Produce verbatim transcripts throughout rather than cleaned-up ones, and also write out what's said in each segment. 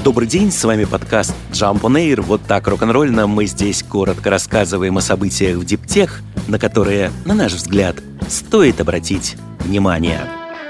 Добрый день, с вами подкаст Jump on Air. Вот так рок-н-ролльно мы здесь коротко рассказываем о событиях в диптех, на которые, на наш взгляд, стоит обратить внимание.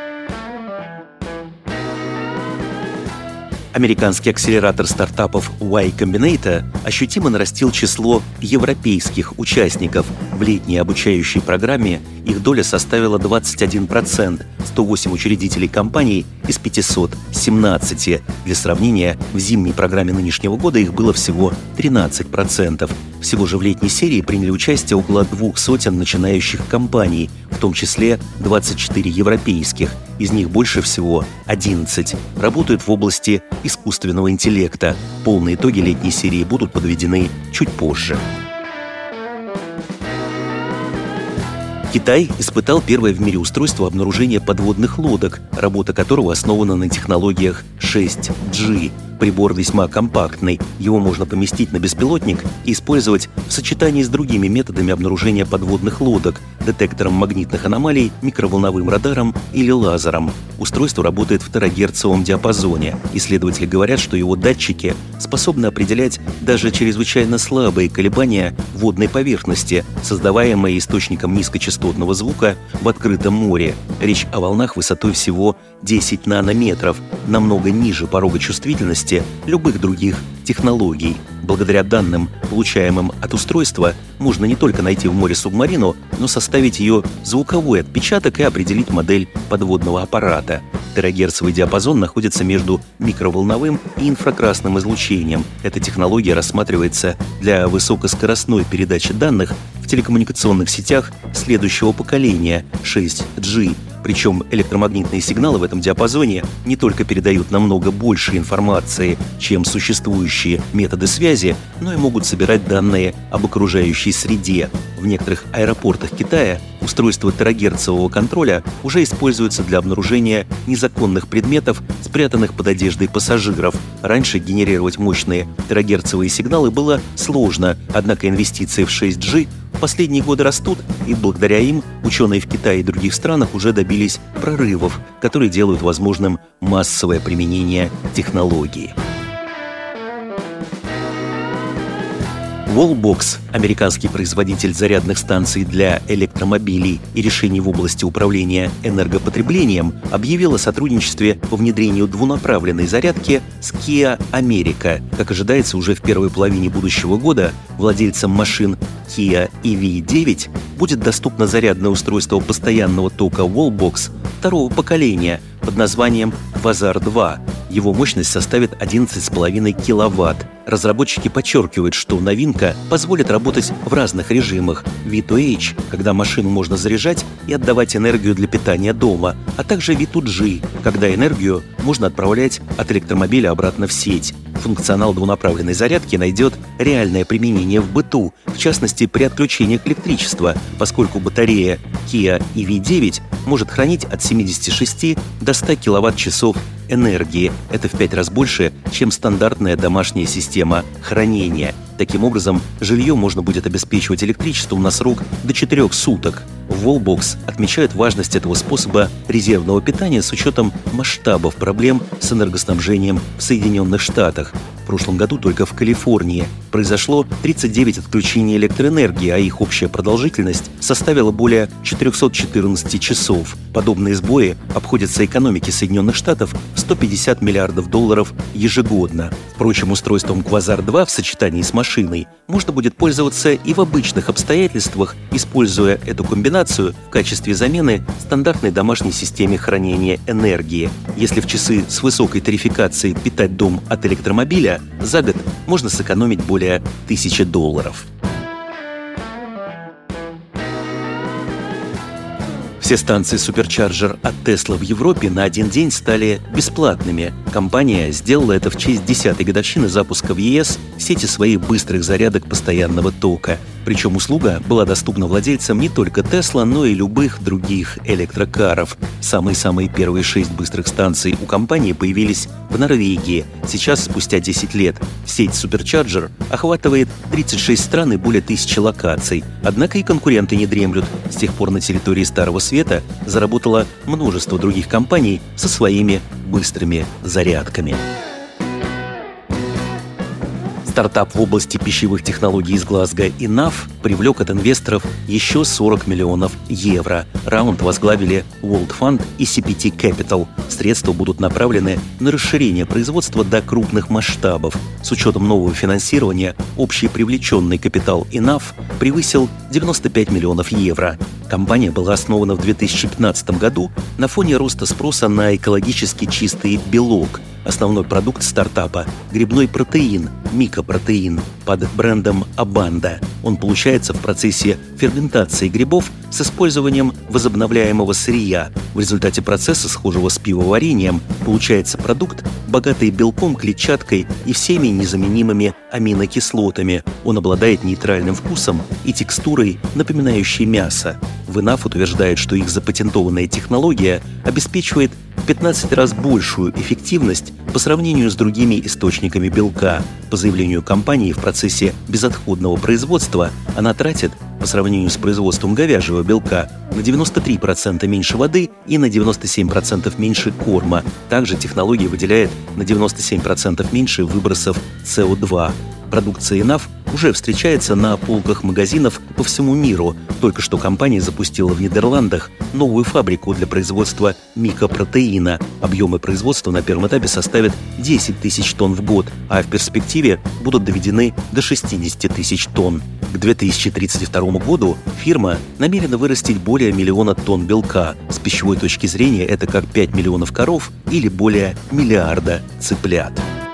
Американский акселератор стартапов Y Combinator ощутимо нарастил число европейских участников. В летней обучающей программе их доля составила двадцать один процент, сто восемь учредителей компаний из пятисот семнадцати. Для сравнения, в зимней программе нынешнего года их было всего тринадцать процентов. Всего же в летней серии приняли участие около двух сотен начинающих компаний, в том числе двадцать четыре европейских. Из них больше всего одиннадцать работают в области искусственного интеллекта. Полные итоги летней серии будут подведены чуть позже. Китай испытал первое в мире устройство обнаружения подводных лодок, работа которого основана на технологиях шесть джи. Прибор весьма компактный, его можно поместить на беспилотник и использовать в сочетании с другими методами обнаружения подводных лодок, детектором магнитных аномалий, микроволновым радаром или лазером. Устройство работает в терагерцовом диапазоне. Исследователи говорят, что его датчики способны определять даже чрезвычайно слабые колебания водной поверхности, создаваемые источником низкочастотного звука в открытом море. Речь о волнах высотой всего десять нанометров, намного ниже порога чувствительности любых других технологий. Благодаря данным, получаемым от устройства, можно не только найти в море субмарину, но составить ее звуковой отпечаток и определить модель подводного аппарата. Терагерцовый диапазон находится между микроволновым и инфракрасным излучением. Эта технология рассматривается для высокоскоростной передачи данных в телекоммуникационных сетях следующего поколения шесть джи. Причем электромагнитные сигналы в этом диапазоне не только передают намного больше информации, чем существующие методы связи, но и могут собирать данные об окружающей среде. В некоторых аэропортах Китая устройства терагерцового контроля уже используются для обнаружения незаконных предметов, спрятанных под одеждой пассажиров. Раньше генерировать мощные терагерцовые сигналы было сложно, однако инвестиции в шесть джи в последние годы растут, и благодаря им ученые в Китае и других странах уже добились прорывов, которые делают возможным массовое применение технологии. Wallbox, американский производитель зарядных станций для электромобилей и решений в области управления энергопотреблением, объявил о сотрудничестве по внедрению двунаправленной зарядки с Kia America. Как ожидается, уже в первой половине будущего года владельцам машин Kia и ви девять будет доступно зарядное устройство постоянного тока Wallbox второго поколения под названием Quasar два. Его мощность составит одиннадцать целых пять десятых киловатт. Разработчики подчеркивают, что новинка позволит работать в разных режимах: ви ту эйч, когда машину можно заряжать и отдавать энергию для питания дома, а также ви ту джи, когда энергию можно отправлять от электромобиля обратно в сеть. Функционал двунаправленной зарядки найдет реальное применение в быту, в частности при отключениях электричества, поскольку батарея Kia и ви девять может хранить от семидесяти шести до ста киловатт-часов энергии. Это в пять раз больше, чем стандартная домашняя система хранения. Таким образом, жилье можно будет обеспечивать электричеством на срок до четырёх суток. В Wallbox отмечают важность этого способа резервного питания с учетом масштабов проблем с энергоснабжением в Соединенных Штатах. В прошлом году только в Калифорнии произошло тридцать девять отключений электроэнергии, а их общая продолжительность составила более четырехсот четырнадцати часов. Подобные сбои обходятся экономике Соединенных Штатов в сто пятьдесят миллиардов долларов ежегодно. Впрочем, устройством Quasar два в сочетании с машиной можно будет пользоваться и в обычных обстоятельствах, используя эту комбинацию в качестве замены стандартной домашней системе хранения энергии. Если в часы с высокой тарификацией питать дом от электромобиля, за год можно сэкономить более тысячи долларов. Все станции Supercharger от Tesla в Европе на один день стали бесплатными. Компания сделала это в честь десятой годовщины запуска в ЕС сети своих быстрых зарядок постоянного тока. Причем услуга была доступна владельцам не только Tesla, но и любых других электрокаров. Самые-самые первые шесть быстрых станций у компании появились в Норвегии. Сейчас, спустя десять лет, сеть Supercharger охватывает тридцать шесть стран и более тысячи локаций. Однако и конкуренты не дремлют. С тех пор на территории Старого Света заработало множество других компаний со своими быстрыми зарядками. Стартап в области пищевых технологий из Глазго Enough привлек от инвесторов еще сорок миллионов евро. Раунд возглавили World Fund и си пи ти Capital. Средства будут направлены на расширение производства до крупных масштабов. С учетом нового финансирования общий привлеченный капитал Enough превысил девяносто пять миллионов евро. Компания была основана в две тысячи пятнадцатом году на фоне роста спроса на экологически чистый белок. Основной продукт стартапа – грибной протеин, микопротеин, под брендом Abanda. Он получается в процессе ферментации грибов с использованием возобновляемого сырья. В результате процесса, схожего с пивоварением, получается продукт, богатый белком, клетчаткой и всеми незаменимыми аминокислотами. Он обладает нейтральным вкусом и текстурой, напоминающей мясо. В Enough утверждает, что их запатентованная технология обеспечивает в пятнадцать раз большую эффективность по сравнению с другими источниками белка. По заявлению компании, в процессе безотходного производства она тратит, по сравнению с производством говяжьего белка, на девяносто три процента меньше воды и на девяносто семь процентов меньше корма. Также технология выделяет на девяносто семь процентов меньше выбросов си о два. Продукция Enough уже встречается на полках магазинов по всему миру. Только что компания запустила в Нидерландах новую фабрику для производства микопротеина. Объемы производства на первом этапе составят десять тысяч тонн в год, а в перспективе будут доведены до шестьдесят тысяч тонн. К две тысячи тридцать второму году фирма намерена вырастить более миллиона тонн белка. С пищевой точки зрения это как пять миллионов коров или более миллиарда цыплят.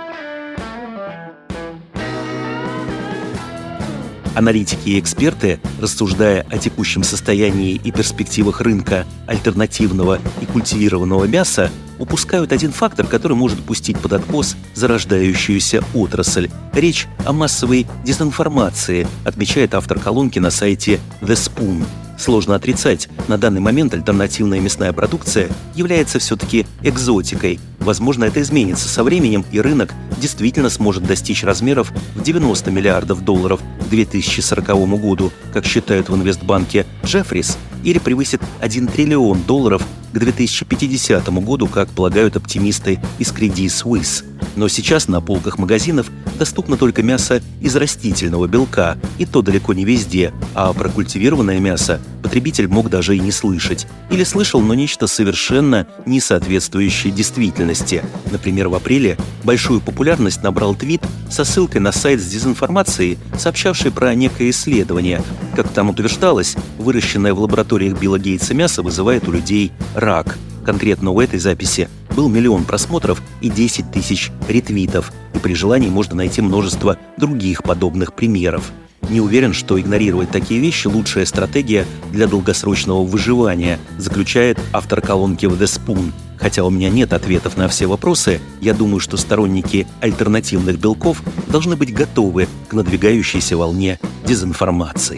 Аналитики и эксперты, рассуждая о текущем состоянии и перспективах рынка альтернативного и культивированного мяса, упускают один фактор, который может пустить под откос зарождающуюся отрасль. Речь о массовой дезинформации, отмечает автор колонки на сайте The Spoon. Сложно отрицать, на данный момент альтернативная мясная продукция является все-таки экзотикой. Возможно, это изменится со временем, и рынок действительно сможет достичь размеров в девяносто миллиардов долларов к две тысячи сороковому году, как считают в инвестбанке Jefferies, или превысит один триллион долларов к две тысячи пятидесятому году, как полагают оптимисты из Credit Suisse. Но сейчас на полках магазинов доступно только мясо из растительного белка, и то далеко не везде, а про культивированное мясо потребитель мог даже и не слышать. Или слышал, но нечто совершенно не соответствующее действительности. Например, в апреле большую популярность набрал твит со ссылкой на сайт с дезинформацией, сообщавший про некое исследование. Как там утверждалось, выращенное в лабораториях Билла Гейтса мясо вызывает у людей рак. Конкретно у этой записи был миллион просмотров и десять тысяч ретвитов, и при желании можно найти множество других подобных примеров. Не уверен, что игнорировать такие вещи – лучшая стратегия для долгосрочного выживания, заключает автор колонки в The Spoon. Хотя у меня нет ответов на все вопросы, я думаю, что сторонники альтернативных белков должны быть готовы к надвигающейся волне дезинформации.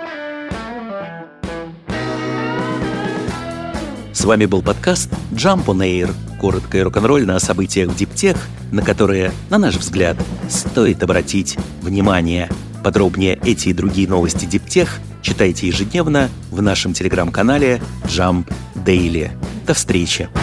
С вами был подкаст Jump on Air. Коротко и рок-н-ролльно о событиях в диптех, на которые, на наш взгляд, стоит обратить внимание. Подробнее эти и другие новости диптех читайте ежедневно в нашем телеграм-канале Jump Daily. До встречи!